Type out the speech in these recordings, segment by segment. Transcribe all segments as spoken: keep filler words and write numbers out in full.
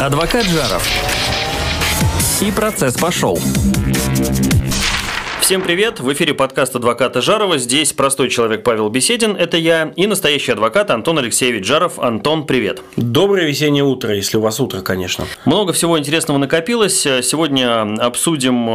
Адвокат Жаров. И процесс пошел. Всем привет! В эфире подкаст адвоката Жарова. Здесь простой человек Павел Беседин, это я, и настоящий адвокат Антон Алексеевич Жаров. Антон, привет! Доброе весеннее утро, если у вас утро, конечно. Много всего интересного накопилось. Сегодня обсудим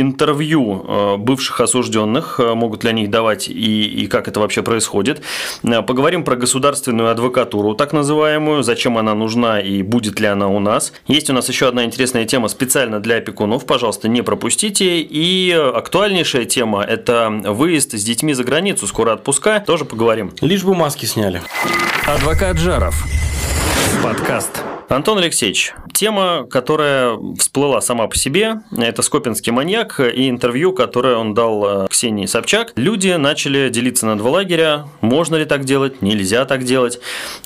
интервью бывших осужденных, могут ли они их давать и, и как это вообще происходит. Поговорим про государственную адвокатуру, так называемую, зачем она нужна и будет ли она у нас. Есть у нас еще одна интересная тема специально для опекунов, пожалуйста, не пропустите. И актуальнейшая тема – это выезд с детьми за границу, скоро отпуска, тоже поговорим. Лишь бы маски сняли. Адвокат Жаров. Подкаст. Антон Алексеевич, тема, которая всплыла сама по себе, это скопинский маньяк и интервью, которое он дал Ксении Собчак. Люди начали делиться на два лагеря, можно ли так делать, нельзя так делать.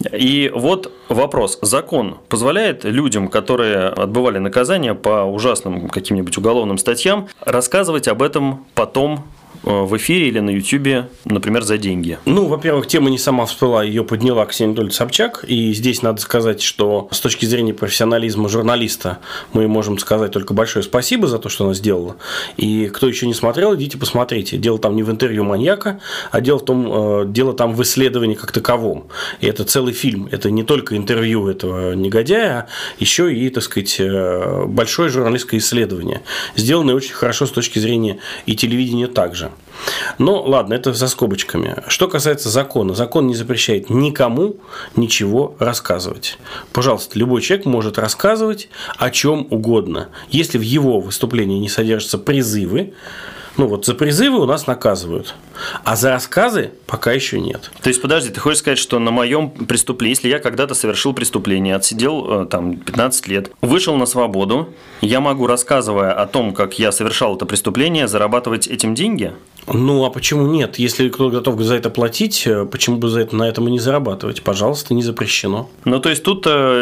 И вот вопрос, закон позволяет людям, которые отбывали наказание по ужасным каким-нибудь уголовным статьям, рассказывать об этом потом в эфире или на Ютубе, например, за деньги? Ну, во-первых, тема не сама всплыла, ее подняла Ксения Анатольевна Собчак. И здесь надо сказать, что с точки зрения профессионализма журналиста мы можем сказать только большое спасибо за то, что она сделала. И кто еще не смотрел, идите посмотрите. Дело там не в интервью маньяка, а дело в том, дело там в исследовании как таковом. И это целый фильм. Это не только интервью этого негодяя, а еще и, так сказать, большое журналистское исследование, сделанное очень хорошо с точки зрения и телевидения также. Но ладно, это за скобочками. Что касается закона, закон не запрещает никому ничего рассказывать. Пожалуйста, любой человек может рассказывать о чем угодно, если в его выступлении не содержатся призывы. Ну вот за призывы у нас наказывают, а за рассказы пока еще нет. То есть, подожди, ты хочешь сказать, что на моем преступлении, если я когда-то совершил преступление, отсидел там пятнадцать лет, вышел на свободу, я могу, рассказывая о том, как я совершал это преступление, зарабатывать этим деньги? Ну, а почему нет? Если кто готов за это платить, почему бы за это, на этом и не зарабатывать? Пожалуйста, не запрещено. Ну, то есть, тут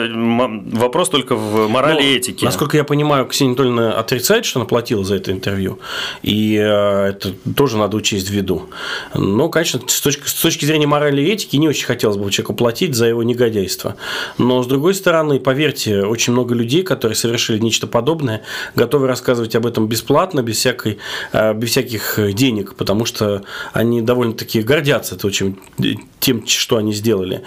вопрос только в морали и этике. Насколько я понимаю, Ксения Анатольевна отрицает, что она платила за это интервью, и это тоже надо учесть в виду. Но, конечно, с точки, с точки зрения морали и этики не очень хотелось бы человеку платить за его негодяйство. Но, с другой стороны, поверьте, очень много людей, которые совершили нечто подобное, готовы рассказывать об этом бесплатно, без, всякой, без всяких денег, потому что они довольно-таки гордятся тем, что они сделали.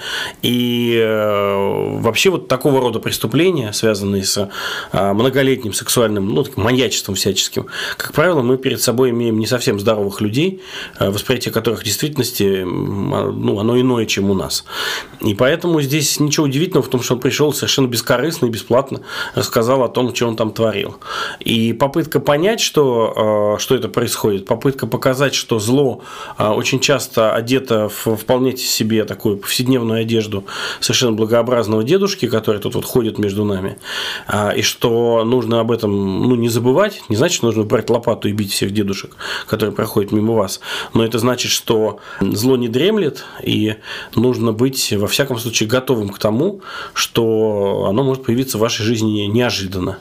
И вообще вот такого рода преступления, связанные с многолетним сексуальным, ну, маньячеством всяческим, как правило, мы перед собой имеем не совсем здоровых людей, восприятие которых в действительности, ну, оно иное, чем у нас. И поэтому здесь ничего удивительного в том, что он пришел совершенно бескорыстно и бесплатно рассказал о том, что он там творил. И попытка понять, что, что это происходит, попытка показать, что зло очень часто одето в вполне себе такую повседневную одежду совершенно благообразного дедушки, который тут вот ходит между нами, и что нужно об этом, ну, не забывать, не значит, что нужно брать лопату и бить всех дедушек, которые проходят мимо вас, но это значит, что зло не дремлет, и нужно быть, во всяком случае, готовым к тому, что оно может появиться в вашей жизни неожиданно.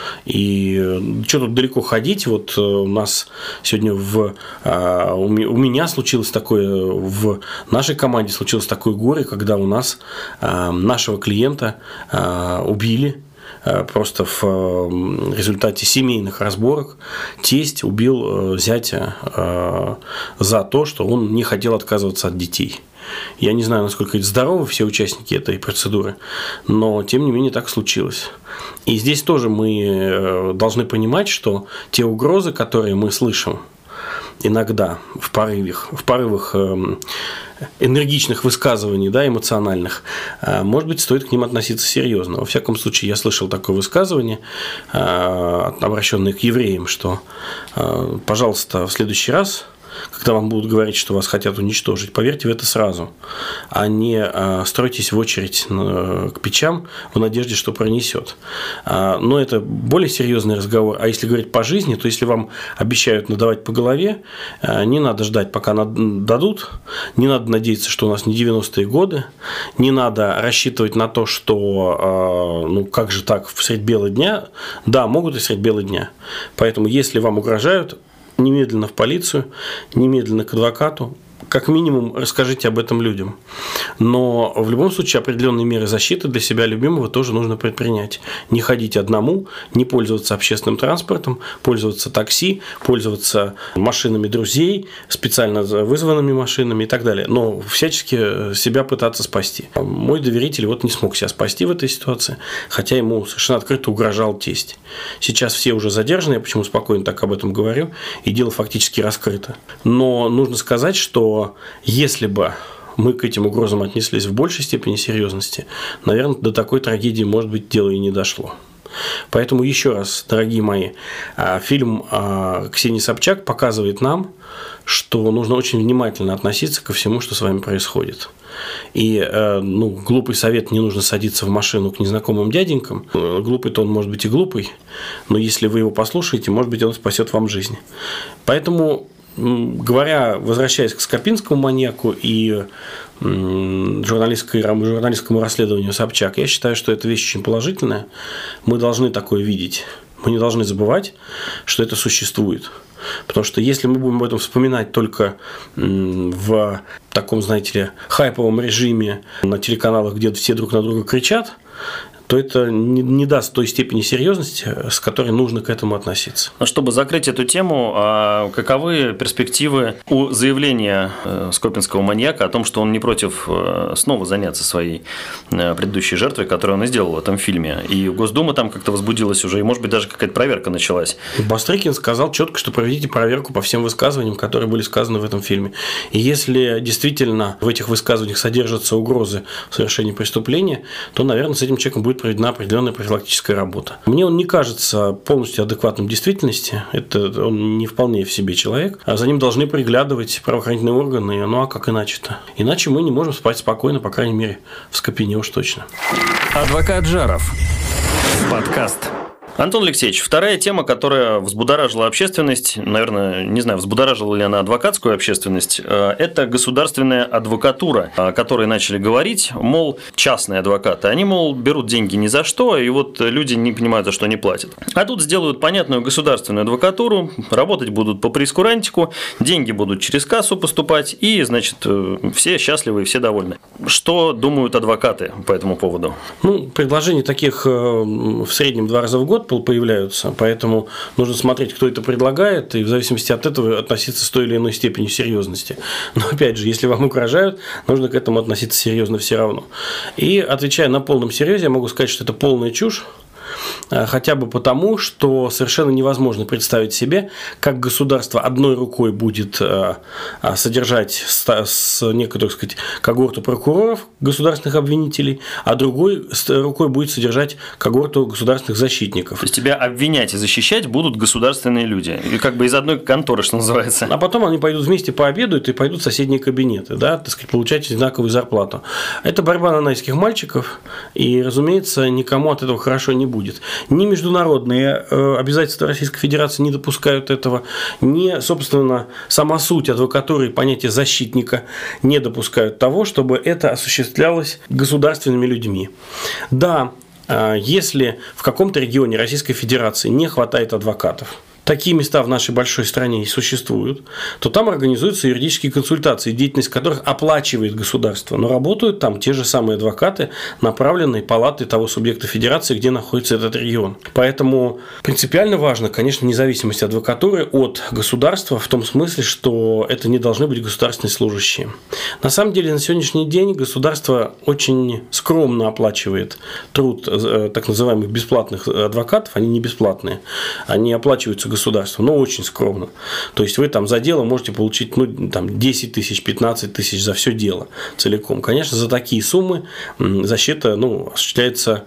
И что тут далеко ходить, вот у нас сегодня в, у меня случилось такое, в нашей команде случилось такое горе, когда у нас нашего клиента убили. Просто в результате семейных разборок тесть убил зятя за то, что он не хотел отказываться от детей. Я не знаю, насколько здоровы все участники этой процедуры, но тем не менее так случилось. И здесь тоже мы должны понимать, что те угрозы, которые мы слышим иногда в порывах, в порывах энергичных высказываний, да, эмоциональных, может быть, стоит к ним относиться серьезно. Во всяком случае, я слышал такое высказывание, обращенное к евреям, что, пожалуйста, в следующий раз, когда вам будут говорить, что вас хотят уничтожить, поверьте в это сразу, а не стройтесь в очередь к печам в надежде, что пронесет. Но это более серьезный разговор. А если говорить по жизни, то если вам обещают надавать по голове, не надо ждать, пока дадут, не надо надеяться, что у нас не девяностые годы, не надо рассчитывать на то, что, ну, как же так, средь бела дня, да, могут и средь бела дня. Поэтому, если вам угрожают, немедленно в полицию, немедленно к адвокату, как минимум, расскажите об этом людям. Но в любом случае определенные меры защиты для себя любимого тоже нужно предпринять. Не ходить одному, не пользоваться общественным транспортом, пользоваться такси, пользоваться машинами друзей, специально вызванными машинами и так далее. Но всячески себя пытаться спасти. Мой доверитель вот не смог себя спасти в этой ситуации, хотя ему совершенно открыто угрожал тесть. Сейчас все уже задержаны, я почему спокойно так об этом говорю, и дело фактически раскрыто. Но нужно сказать, что если бы мы к этим угрозам отнеслись в большей степени серьезности, наверное, до такой трагедии, может быть, дело и не дошло. Поэтому еще раз, дорогие мои, фильм Ксении Собчак показывает нам, что нужно очень внимательно относиться ко всему, что с вами происходит. И ну, глупый совет: не нужно садиться в машину к незнакомым дяденькам. Глупый-то он может быть и глупый, но если вы его послушаете, может быть, он спасет вам жизнь. Поэтому, говоря, возвращаясь к скопинскому маньяку и журналистскому расследованию Собчак, я считаю, что это вещь очень положительная. Мы должны такое видеть. Мы не должны забывать, что это существует. Потому что если мы будем об этом вспоминать только в таком, знаете ли, хайповом режиме на телеканалах, где все друг на друга кричат, то это не, не даст той степени серьезности, с которой нужно к этому относиться. Но чтобы закрыть эту тему, а каковы перспективы у заявления скопинского маньяка о том, что он не против снова заняться своей предыдущей жертвой, которую он и сделал в этом фильме? И Госдума там как-то возбудилась уже, и, может быть, даже какая-то проверка началась. Бастрыкин сказал четко, что проведите проверку по всем высказываниям, которые были сказаны в этом фильме. И если действительно в этих высказываниях содержатся угрозы в совершении преступления, то, наверное, с этим человеком будет проведена определенная профилактическая работа. Мне он не кажется полностью адекватным действительности. Это он не вполне в себе человек. А за ним должны приглядывать правоохранительные органы. Ну а как иначе-то? Иначе мы не можем спать спокойно, по крайней мере, в Скопине уж точно. Адвокат Жаров. Подкаст. Антон Алексеевич, вторая тема, которая взбудоражила общественность, наверное, не знаю, взбудоражила ли она адвокатскую общественность, это государственная адвокатура, о которой начали говорить, мол, частные адвокаты, они, мол, берут деньги ни за что, и вот люди не понимают, за что они платят. А тут сделают понятную государственную адвокатуру, работать будут по прейскурантику, деньги будут через кассу поступать, и, значит, все счастливы и все довольны. Что думают адвокаты по этому поводу? Ну, предложений таких в среднем два раза в год появляются, поэтому нужно смотреть, кто это предлагает, и в зависимости от этого относиться с той или иной степенью серьезности. Но опять же, если вам угрожают, нужно к этому относиться серьезно все равно. И отвечая на полном серьезе, я могу сказать, что это полная чушь. Хотя бы потому, что совершенно невозможно представить себе, как государство одной рукой будет содержать с некую, так сказать, когорту прокуроров, государственных обвинителей, а другой рукой будет содержать когорту государственных защитников. То есть тебя обвинять и защищать будут государственные люди, и как бы из одной конторы, что называется. А потом они пойдут вместе пообедают и пойдут в соседние кабинеты, да, так сказать, получать одинаковую зарплату. Это борьба нанайских мальчиков, и, разумеется, никому от этого хорошо не будет. Ни международные обязательства Российской Федерации не допускают этого, ни, собственно, сама суть адвокатуры и понятие защитника не допускают того, чтобы это осуществлялось государственными людьми. Да, если в каком-то регионе Российской Федерации не хватает адвокатов, такие места в нашей большой стране и существуют, то там организуются юридические консультации, деятельность которых оплачивает государство. Но работают там те же самые адвокаты, направленные палаты того субъекта федерации, где находится этот регион. Поэтому принципиально важно, конечно, независимость адвокатуры от государства в том смысле, что это не должны быть государственные служащие. На самом деле, на сегодняшний день государство очень скромно оплачивает труд так называемых бесплатных адвокатов. Они не бесплатные, они оплачиваются государством. государства, но очень скромно. То есть вы там за дело можете получить ну, там, десять тысяч, пятнадцать тысяч за все дело целиком. Конечно, за такие суммы защита ну, осуществляется,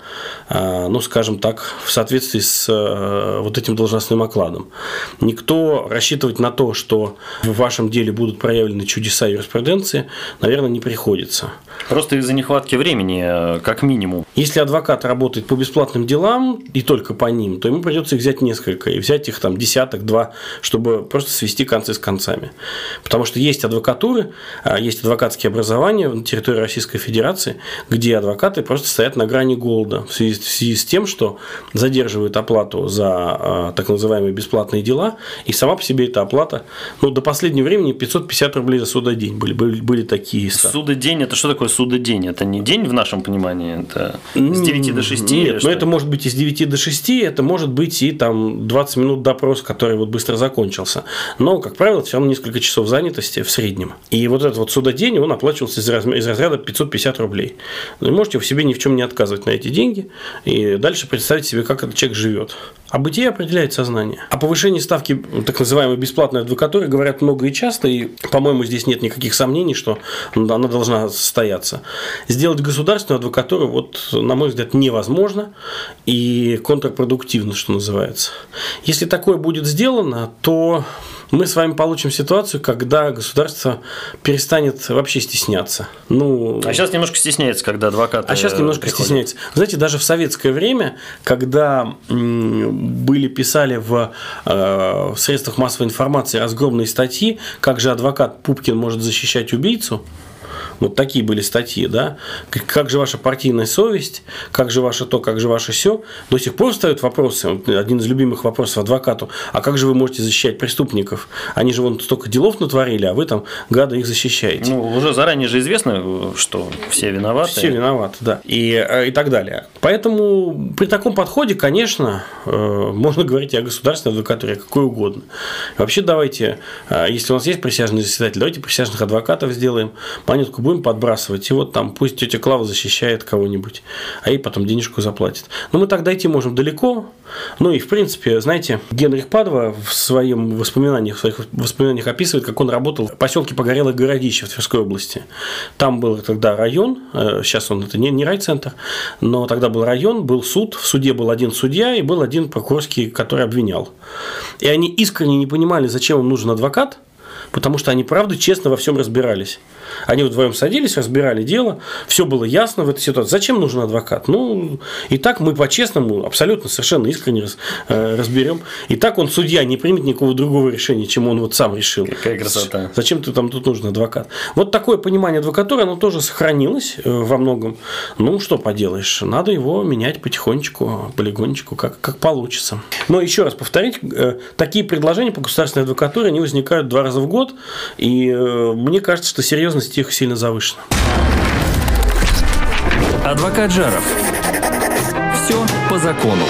ну, скажем так, в соответствии с вот этим должностным окладом. Никто рассчитывать на то, что в вашем деле будут проявлены чудеса юриспруденции, наверное, не приходится. Просто из-за нехватки времени, как минимум. Если адвокат работает по бесплатным делам и только по ним, то ему придется их взять несколько и взять их там десяток-два, чтобы просто свести концы с концами. Потому что есть адвокатуры, есть адвокатские образования на территории Российской Федерации, где адвокаты просто стоят на грани голода в связи, в связи с тем, что задерживают оплату за так называемые бесплатные дела, и сама по себе эта оплата, ну, до последнего времени пятьсот пятьдесят рублей за судодень были, были, были такие ставки. Судодень – это что такое судодень? Это не день в нашем понимании? Это с девяти до шести? Нет, но это может быть и с девяти до шести, это может быть и там двадцать минут допроса, который вот быстро закончился. Но, как правило, это все равно несколько часов занятости в среднем. И вот этот вот судодень, он оплачивался из, размера, из разряда пятьсот пятьдесят рублей. Вы можете в себе ни в чем не отказывать на эти деньги, и дальше представить себе, как этот человек живет. А бытие определяет сознание. О повышении ставки так называемой бесплатной адвокатуры говорят много и часто, и, по-моему, здесь нет никаких сомнений, что она должна состояться. Сделать государственную адвокатуру, вот, на мой взгляд, невозможно и контрпродуктивно, что называется. Если такое будет сделано, то мы с вами получим ситуацию, когда государство перестанет вообще стесняться. Ну, а сейчас немножко стесняется, когда адвокаты А сейчас немножко приходят. стесняется. Знаете, даже в советское время, когда были, писали в, в средствах массовой информации разгромные статьи, как же адвокат Пупкин может защищать убийцу, вот такие были статьи, да, как же ваша партийная совесть, как же ваше то, как же ваше сё. До сих пор встают вопросы, один из любимых вопросов адвокату, а как же вы можете защищать преступников? Они же вон столько делов натворили, а вы там, гады, их защищаете. Ну, уже заранее же известно, что все виноваты. Все виноваты, да, и, и так далее. Поэтому при таком подходе, конечно, можно говорить о государственной адвокатуре, какой угодно. Вообще давайте, если у нас есть присяжный заседатель, давайте присяжных адвокатов сделаем, монетку будем подбрасывать, и вот там пусть тетя Клава защищает кого-нибудь, а ей потом денежку заплатит. Но мы так дойти можем далеко. Ну и в принципе, знаете, Генрих Падва в своем воспоминаниях, в своих воспоминаниях описывает, как он работал в поселке Погорелое Городище в Тверской области. Там был тогда район, сейчас он это не, не райцентр, но тогда был район, был суд, в суде был один судья и был один прокурорский, который обвинял. И они искренне не понимали, зачем им нужен адвокат, потому что они, правда, честно во всем разбирались. Они вдвоем садились, разбирали дело, все было ясно в этой ситуации. Зачем нужен адвокат? Ну, и так мы по-честному, абсолютно, совершенно искренне раз, э, разберем. И так он, судья, не примет никакого другого решения, чем он вот сам решил. Какая красота. Зачем ты там тут нужен адвокат? Вот такое понимание адвокатуры, оно тоже сохранилось во многом. Ну, что поделаешь, надо его менять потихонечку, полигонечку, как, как получится. Но еще раз повторить, э, такие предложения по государственной адвокатуре, они возникают два раза в год, и э, мне кажется, что серьезность их сильно завышена. Адвокат Жаров. Все по закону.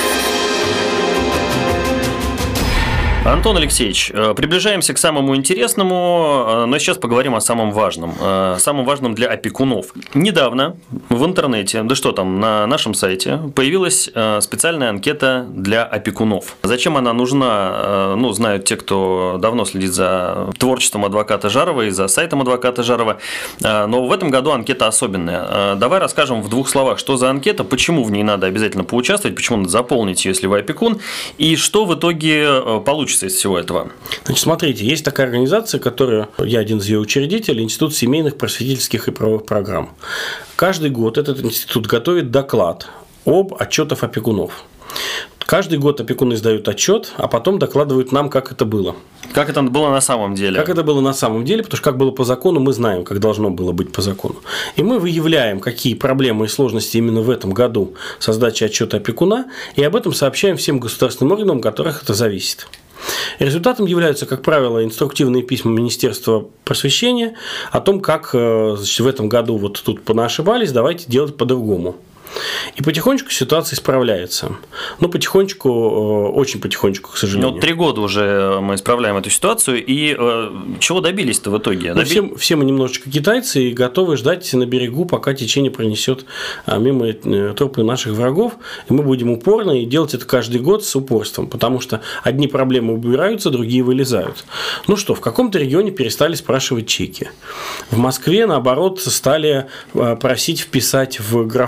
Антон Алексеевич, приближаемся к самому интересному, но сейчас поговорим о самом важном. Самом важном для опекунов. Недавно в интернете, да что там, на нашем сайте появилась специальная анкета для опекунов. Зачем она нужна, ну, знают те, кто давно следит за творчеством адвоката Жарова и за сайтом адвоката Жарова. Но в этом году анкета особенная. Давай расскажем в двух словах, что за анкета, почему в ней надо обязательно поучаствовать, почему надо заполнить ее, если вы опекун, и что в итоге получится из всего этого. Значит, смотрите, есть такая организация, которая, я один из ее учредителей, Институт семейных, просветительских и правовых программ. Каждый год этот институт готовит доклад об отчетах опекунов. Каждый год опекуны сдают отчет, а потом докладывают нам, как это было. Как это было на самом деле? Как это было на самом деле, потому что как было по закону, мы знаем, как должно было быть по закону. И мы выявляем, какие проблемы и сложности именно в этом году со сдачей отчета опекуна, и об этом сообщаем всем государственным органам, от которых это зависит. Результатом являются, как правило, инструктивные письма Министерства просвещения о том, как, значит, в этом году вот тут понаошибались, давайте делать по-другому. И потихонечку ситуация исправляется. Ну, потихонечку, очень потихонечку, к сожалению. Ну, три года уже мы исправляем эту ситуацию. И э, чего добились-то в итоге? Ну, Доби... все, все мы немножечко китайцы и готовы ждать на берегу, пока течение пронесет мимо тропы наших врагов. И мы будем упорно и делать это каждый год с упорством. Потому что одни проблемы убираются, другие вылезают. Ну что, в каком-то регионе перестали спрашивать чеки. В Москве, наоборот, стали просить вписать в графу расходов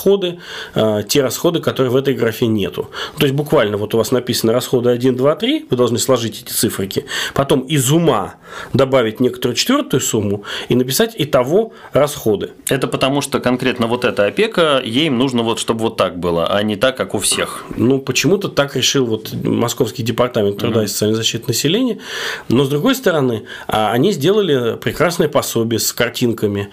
расходы, те расходы, которые в этой графе нету. То есть, буквально вот у вас написано расходы один, два, три, вы должны сложить эти циферки, потом из ума добавить некоторую четвертую сумму и написать итого расходы. Это потому, что конкретно вот эта опека, ей нужно вот, чтобы вот так было, а не так, как у всех. Ну, почему-то так решил вот Московский департамент труда и социальной защиты населения. Но, с другой стороны, они сделали прекрасное пособие с картинками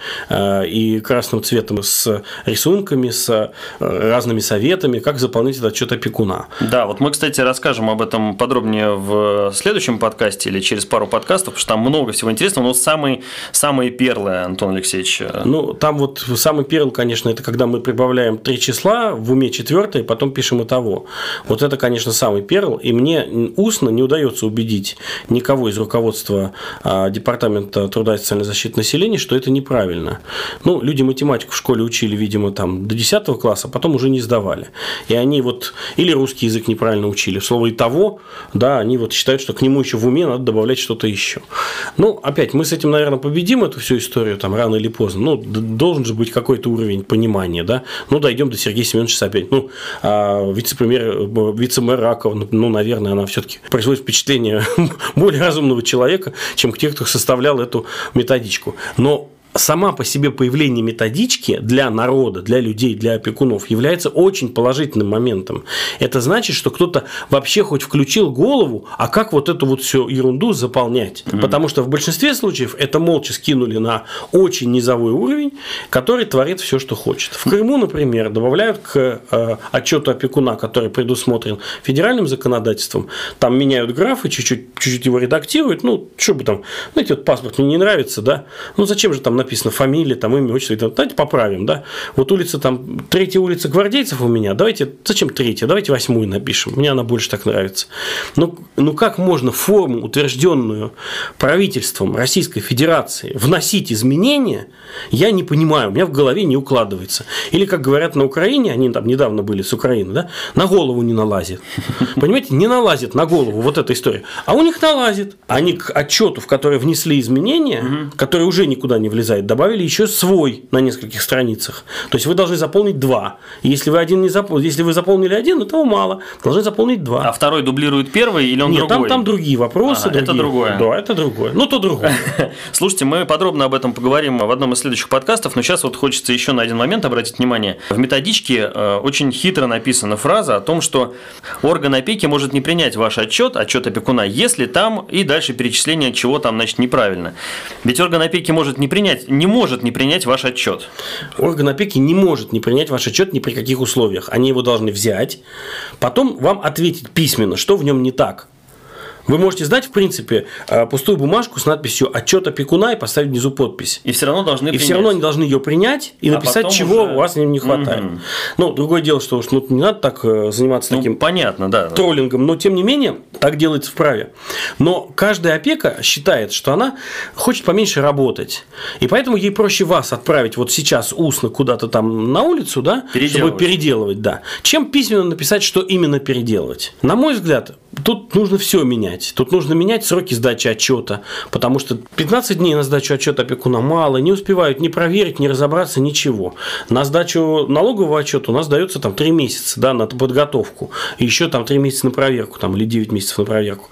и красным цветом, с рисунками, с разными советами, как заполнить этот отчет опекуна. Да, вот мы, кстати, расскажем об этом подробнее в следующем подкасте или через пару подкастов, потому что там много всего интересного, но самые, самые перлы, Антон Алексеевич. Ну, там вот самый перл, конечно, это когда мы прибавляем три числа, в уме четвертое, потом пишем итого. Вот это, конечно, самый перл, и мне устно не удается убедить никого из руководства Департамента труда и социальной защиты населения, что это неправильно. Ну, люди математику в школе учили, видимо, там до десятого класса, а потом уже не сдавали. И они вот или русский язык неправильно учили, слово «итого», да, они вот считают, что к нему еще в уме надо добавлять что-то еще. Ну, опять, мы с этим, наверное, победим эту всю историю, там, рано или поздно. Ну, должен же быть какой-то уровень понимания, да. Ну, дойдем до Сергея Семеновича Собянина. Ну, а вице-премьер, вице-мэр Ракова, ну, наверное, она все-таки производит впечатление более разумного человека, чем те, кто составлял эту методичку. Но сама по себе появление методички для народа, для людей, для опекунов является очень положительным моментом. Это значит, что кто-то вообще хоть включил голову, а как вот эту вот всю ерунду заполнять. Mm-hmm. Потому что в большинстве случаев это молча скинули на очень низовой уровень, который творит все, что хочет. В Крыму, например, добавляют к э, отчету опекуна, который предусмотрен федеральным законодательством, там меняют графы, чуть-чуть, чуть-чуть его редактируют, ну, чтобы там, знаете, вот паспорт мне не нравится, да, ну, зачем же там написано фамилия, там имя, отчество, там, давайте поправим, да. Вот улица, там, третья улица Гвардейцев у меня, давайте, зачем третья, давайте восьмую напишем, мне она больше так нравится. Ну, ну как можно форму, утвержденную правительством Российской Федерации, вносить изменения, я не понимаю, у меня в голове не укладывается. Или, как говорят на Украине, они там недавно были с Украины, да, на голову не налазит. Понимаете, не налазит на голову вот эта история, а у них налазит. Они к отчету, в который внесли изменения, которые уже никуда не влезают, добавили еще свой на нескольких страницах. То есть вы должны заполнить два. Если вы один не заполнили, если вы заполнили один, этого мало. Должны заполнить два. А второй дублирует первый или он Нет, другой? Нет, там, там другие вопросы. Ага, другие. Это другое. Да, это другое. Ну, то другое. Слушайте, мы подробно об этом поговорим в одном из следующих подкастов, но сейчас вот хочется еще на один момент обратить внимание. В методичке очень хитро написана фраза о том, что орган опеки может не принять ваш отчет, отчет опекуна, если там и дальше перечисление, чего там, значит, неправильно. Ведь орган опеки может не принять, не может не принять ваш отчет. Орган опеки не может не принять ваш отчет ни при каких условиях. Они его должны взять, потом вам ответить письменно, что в нем не так. Вы можете сдать, в принципе, пустую бумажку с надписью «Отчет опекуна» и поставить внизу подпись. И все равно должны и принять. все равно они должны ее принять и а написать, чего уже... у вас не хватает. Угу. Ну, другое дело, что уж ну, не надо так заниматься ну, таким понятно, да. троллингом, но тем не менее так делается вправе. Но каждая опека считает, что она хочет поменьше работать. И поэтому ей проще вас отправить вот сейчас устно куда-то там на улицу, да, чтобы переделывать, да, чем письменно написать, что именно переделывать. На мой взгляд, тут нужно все менять. Тут нужно менять сроки сдачи отчета, потому что пятнадцать дней на сдачу отчета опекуна мало, не успевают ни проверить, ни разобраться, ничего. На сдачу налогового отчета у нас дается там три месяца, да, на подготовку, и еще там три месяца на проверку, там, или девять месяцев на проверку.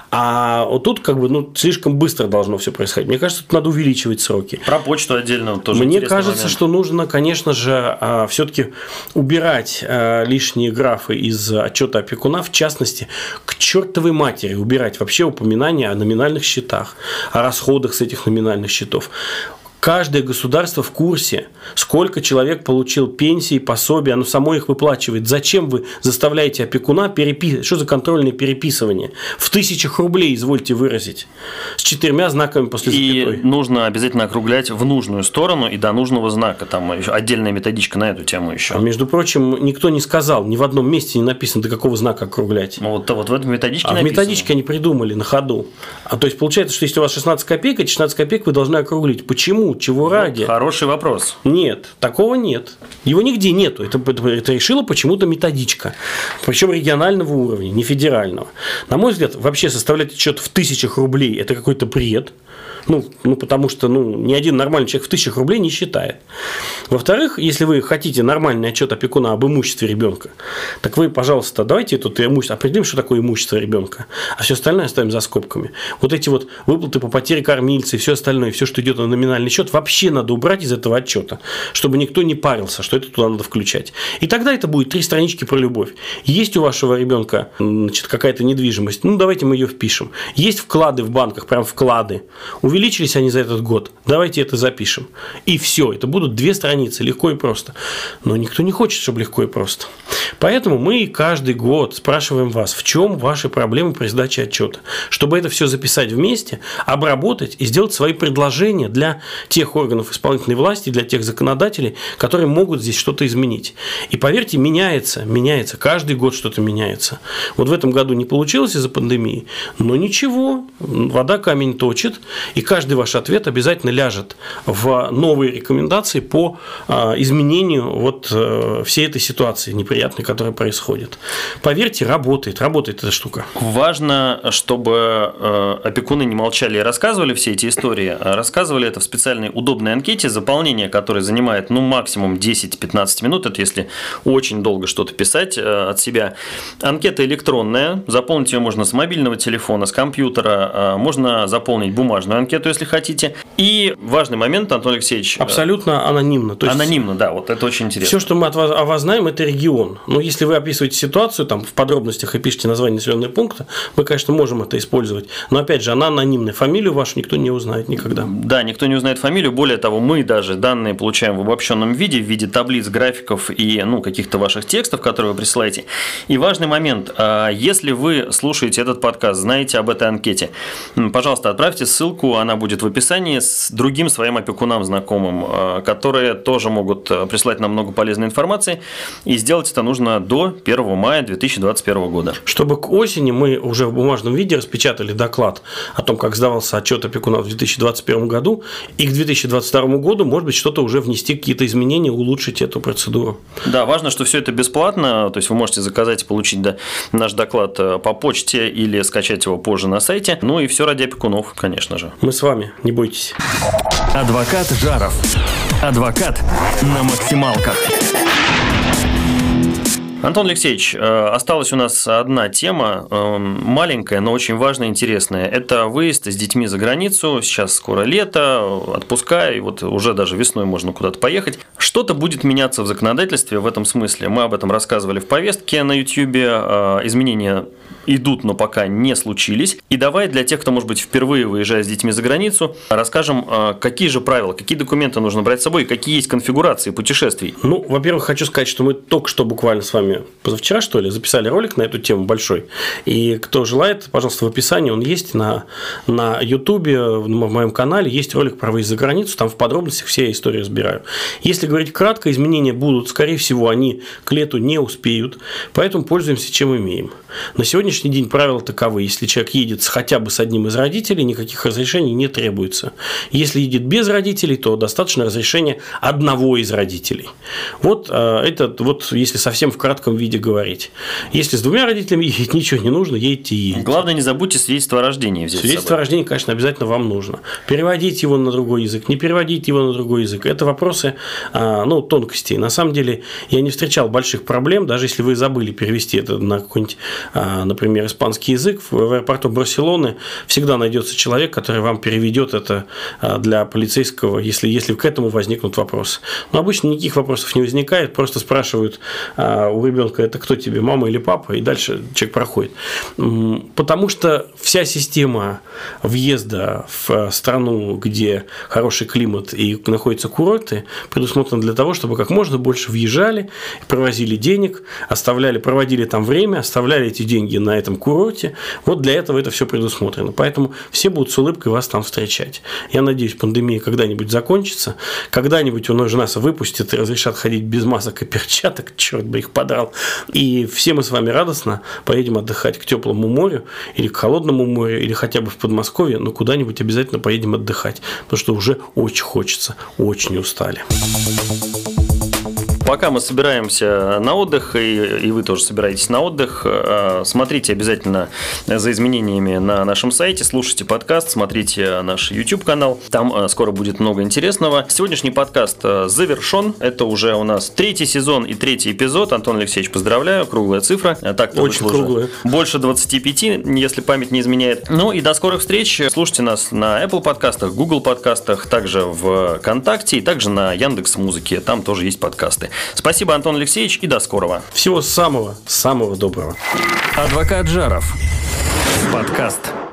А вот тут как бы ну, слишком быстро должно все происходить. Мне кажется, тут надо увеличивать сроки. Про почту отдельно тоже. Мне кажется, момент. что нужно, конечно же, все-таки убирать лишние графы из отчета опекуна, в частности, к чертовой матери убирать вообще упоминания о номинальных счетах, о расходах с этих номинальных счетов. Каждое государство в курсе, сколько человек получил пенсии, пособия, оно само их выплачивает. Зачем вы заставляете опекуна переписывать? Что за контрольное переписывание? В тысячах рублей, извольте выразить, с четырьмя знаками после запятой. И нужно обязательно округлять в нужную сторону и до нужного знака. Там отдельная методичка на эту тему еще. А между прочим, никто не сказал, ни в одном месте не написано, до какого знака округлять. Ну, вот, вот в этой методичке а написано. в методичке они придумали на ходу. А то есть получается, что если у вас шестнадцать копеек, эти шестнадцать копеек вы должны округлить. Почему? Чего вот ради? Хороший вопрос. Нет, такого нет. Его нигде нету. Это, это, это решила почему-то методичка. Причем регионального уровня, не федерального. На мой взгляд, вообще составлять отчет в тысячах рублей – это какой-то бред. Ну, ну потому что ну, ни один нормальный человек в тысячах рублей не считает. Во-вторых, если вы хотите нормальный отчет опекуна об имуществе ребенка, так вы, пожалуйста, давайте тут имущество, определим, что такое имущество ребенка, а все остальное оставим за скобками. Вот эти вот выплаты по потере кормильца и все остальное, все, что идет на номинальный счет, вообще надо убрать из этого отчета, чтобы никто не парился, что это туда надо включать. И тогда это будет три странички про любовь. Есть у вашего ребенка, значит, какая-то недвижимость, ну давайте мы ее впишем. Есть вклады в банках, прям вклады. Увеличились они за этот год, давайте это запишем. И все, это будут две страницы, легко и просто. Но никто не хочет, чтобы легко и просто. Поэтому мы каждый год спрашиваем вас, в чем ваши проблемы при сдаче отчета, чтобы это все записать вместе, обработать и сделать свои предложения для тех органов исполнительной власти, для тех законодателей, которые могут здесь что-то изменить. И поверьте, меняется, меняется, каждый год что-то меняется. Вот в этом году не получилось из-за пандемии, но ничего, вода камень точит, и каждый ваш ответ обязательно ляжет в новые рекомендации по изменению вот всей этой ситуации неприятной, которая происходит. Поверьте, работает, работает эта штука. Важно, чтобы опекуны не молчали и рассказывали все эти истории, а рассказывали это в специальной удобной анкете, заполнение которой занимает ну, максимум десять-пятнадцать минут, это если очень долго что-то писать от себя. Анкета электронная, заполнить ее можно с мобильного телефона, с компьютера, можно заполнить бумажную анкету, если хотите. И важный момент, Антон Алексеевич. Абсолютно анонимно. То есть анонимно, да, вот это очень интересно. Все, что мы от вас, о вас знаем, это регион. Но если вы описываете ситуацию там, в подробностях и пишете название населенного пункта, мы, конечно, можем это использовать. Но опять же, она анонимная. Фамилию вашу никто не узнает никогда. Да, никто не узнает фамилию. Более того, мы даже данные получаем в обобщенном виде, в виде таблиц, графиков и ну, каких-то ваших текстов, которые вы присылаете. И важный момент. Если вы слушаете этот подкаст, знаете об этой анкете, пожалуйста, отправьте ссылку, она будет в описании, с другим своим опекунам знакомым, которые тоже могут прислать нам много полезной информации. И сделать это нужно до первого мая две тысячи двадцать первого года. Чтобы к осени мы уже в бумажном виде распечатали доклад о том, как сдавался отчет опекунов в две тысячи двадцать первом году, и к две тысячи двадцать второму году, может быть, что-то уже внести, какие-то изменения, улучшить эту процедуру. Да, важно, что все это бесплатно, то есть вы можете заказать и получить да, наш доклад по почте или скачать его позже на сайте. Ну и все ради опекунов, конечно же. Мы с вами, не бойтесь. Адвокат Жаров. Адвокат на максималках. Антон Алексеевич, осталась у нас одна тема, маленькая, но очень важная и интересная. Это выезд с детьми за границу. Сейчас скоро лето, отпуска, и вот уже даже весной можно куда-то поехать. Что-то будет меняться в законодательстве в этом смысле. Мы об этом рассказывали в повестке на ютубе. Изменения идут, но пока не случились. И давай для тех, кто, может быть, впервые выезжает с детьми за границу, расскажем, какие же правила, какие документы нужно брать с собой, какие есть конфигурации путешествий. Ну, во-первых, хочу сказать, что мы только что буквально с вами позавчера, что ли, записали ролик на эту тему большой. И кто желает, пожалуйста, в описании он есть на, на YouTube, в моем канале есть ролик про выезд за границу, там в подробностях все истории разбираю. Если говорить кратко, изменения будут, скорее всего, они к лету не успеют, поэтому пользуемся чем имеем. На сегодняшний день правила таковы: если человек едет хотя бы с одним из родителей, никаких разрешений не требуется. Если едет без родителей, то достаточно разрешения одного из родителей. Вот это вот если совсем в кратком виде говорить. Если с двумя родителями едет, ничего не нужно, едете и едете. Главное, не забудьте свидетельство о рождении взять. Свидетельство о рождении, конечно, обязательно вам нужно. Переводить его на другой язык, не переводить его на другой язык. Это вопросы ну, тонкостей. На самом деле, я не встречал больших проблем, даже если вы забыли перевести это на какой-нибудь, например, испанский язык. В аэропорту Барселоны всегда найдется человек, который вам переведет это для полицейского, если, если к этому возникнут вопросы. Но обычно никаких вопросов не возникает, просто спрашивают у ребенка, это кто тебе, мама или папа, и дальше человек проходит. Потому что вся система въезда в страну, где хороший климат и находятся курорты, предусмотрена для того, чтобы как можно больше въезжали, провозили денег, оставляли, проводили там время, оставляли эти деньги на этом курорте. Вот для этого это все предусмотрено. Поэтому все будут с улыбкой вас там встречать. Я надеюсь, пандемия когда-нибудь закончится, когда-нибудь он уже нас выпустит и разрешат ходить без масок и перчаток, черт бы их подрал. И все мы с вами радостно поедем отдыхать к теплому морю или к холодному морю, или хотя бы в Подмосковье, но куда-нибудь обязательно поедем отдыхать, потому что уже очень хочется, очень устали. Пока мы собираемся на отдых, и, и вы тоже собираетесь на отдых, смотрите обязательно за изменениями на нашем сайте, слушайте подкаст, смотрите наш YouTube-канал, там скоро будет много интересного. Сегодняшний подкаст завершен, это уже у нас третий сезон и третий эпизод. Антон Алексеевич, поздравляю, круглая цифра. Так-то очень круглая. Больше двадцати пяти, если память не изменяет. Ну и до скорых встреч. Слушайте нас на Apple подкастах, Google подкастах, также в ВКонтакте и также на Яндекс.Музыке. Там тоже есть подкасты. Спасибо, Антон Алексеевич, и до скорого. Всего самого, самого доброго. Адвокат Жаров. Подкаст.